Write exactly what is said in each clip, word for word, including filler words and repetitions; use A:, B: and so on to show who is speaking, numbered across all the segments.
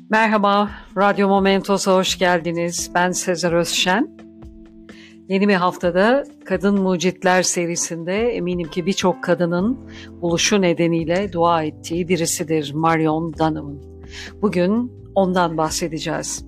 A: Merhaba, Radyo Momentos'a hoş geldiniz. Ben Sezer Özşen. Yeni bir haftada Kadın Mucitler serisinde eminim ki birçok kadının buluşu nedeniyle dua ettiği birisidir Marion Donovan. Bugün ondan bahsedeceğiz.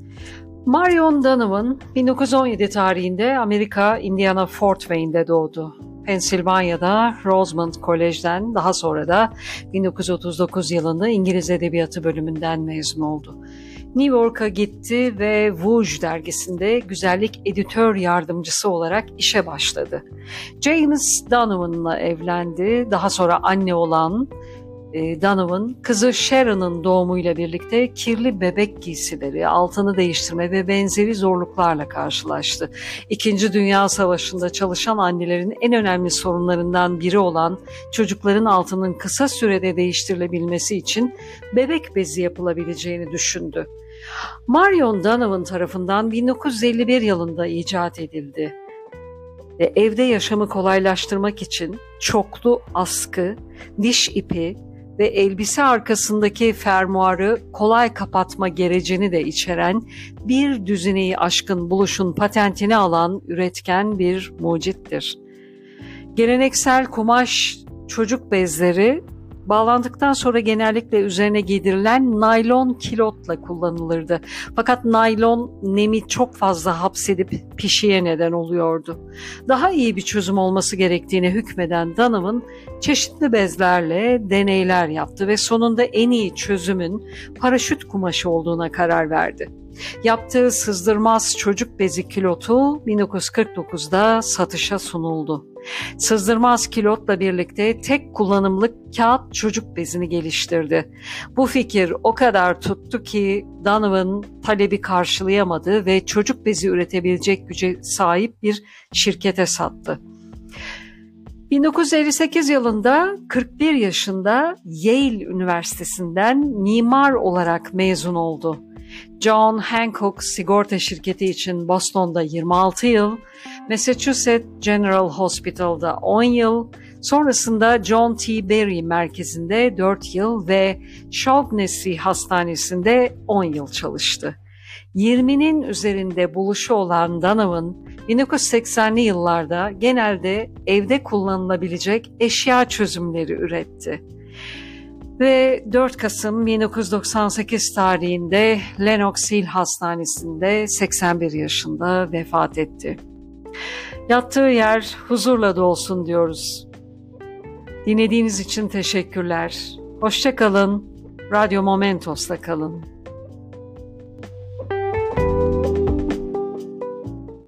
A: Marion Donovan bin dokuz yüz on yedi tarihinde Amerika Indiana Fort Wayne'de doğdu. Pensilvanya'da Rosemont College'den, daha sonra da bin dokuz yüz otuz dokuz yılında İngiliz Edebiyatı bölümünden mezun oldu. New York'a gitti ve Vogue dergisinde güzellik editör yardımcısı olarak işe başladı. James Donovan'la evlendi. Daha sonra anne olan Donovan, kızı Sharon'ın doğumuyla birlikte kirli bebek giysileri, altını değiştirme ve benzeri zorluklarla karşılaştı. İkinci Dünya Savaşı'nda çalışan annelerin en önemli sorunlarından biri olan çocukların altının kısa sürede değiştirilebilmesi için bebek bezi yapılabileceğini düşündü. Marion Donovan tarafından bin dokuz yüz elli bir yılında icat edildi. Ve evde yaşamı kolaylaştırmak için çoklu askı, diş ipi ve elbise arkasındaki fermuarı kolay kapatma gerecini de içeren bir düzineyi aşkın buluşun patentini alan üretken bir mucittir. Geleneksel kumaş çocuk bezleri bağlandıktan sonra genellikle üzerine giydirilen naylon kilotla kullanılırdı. Fakat naylon nemi çok fazla hapsedip pişiye neden oluyordu. Daha iyi bir çözüm olması gerektiğine hükmeden Donovan çeşitli bezlerle deneyler yaptı ve sonunda en iyi çözümün paraşüt kumaşı olduğuna karar verdi. Yaptığı sızdırmaz çocuk bezi kilotu bin dokuz yüz kırk dokuzda satışa sunuldu. Sızdırmaz kilotla birlikte tek kullanımlık kağıt çocuk bezini geliştirdi. Bu fikir o kadar tuttu ki Donovan talebi karşılayamadı ve çocuk bezi üretebilecek güce sahip bir şirkete sattı. bin dokuz yüz elli sekiz yılında kırk bir yaşında Yale Üniversitesi'nden mimar olarak mezun oldu. John Hancock sigorta şirketi için Boston'da yirmi altı yıl, Massachusetts General Hospital'da on yıl, sonrasında John T. Berry merkezinde dört yıl ve Shaughnessy Hastanesi'nde on yıl çalıştı. yirminin üzerinde buluşu olan Donovan, bin dokuz yüz seksenli yıllarda genelde evde kullanılabilecek eşya çözümleri üretti. Ve dört Kasım bin dokuz yüz doksan sekiz tarihinde Lenox Hill Hastanesi'nde seksen bir yaşında vefat etti. Yattığı yer huzurla dolsun diyoruz. Dinlediğiniz için teşekkürler. Hoşça kalın. Radyo Momentos'ta kalın.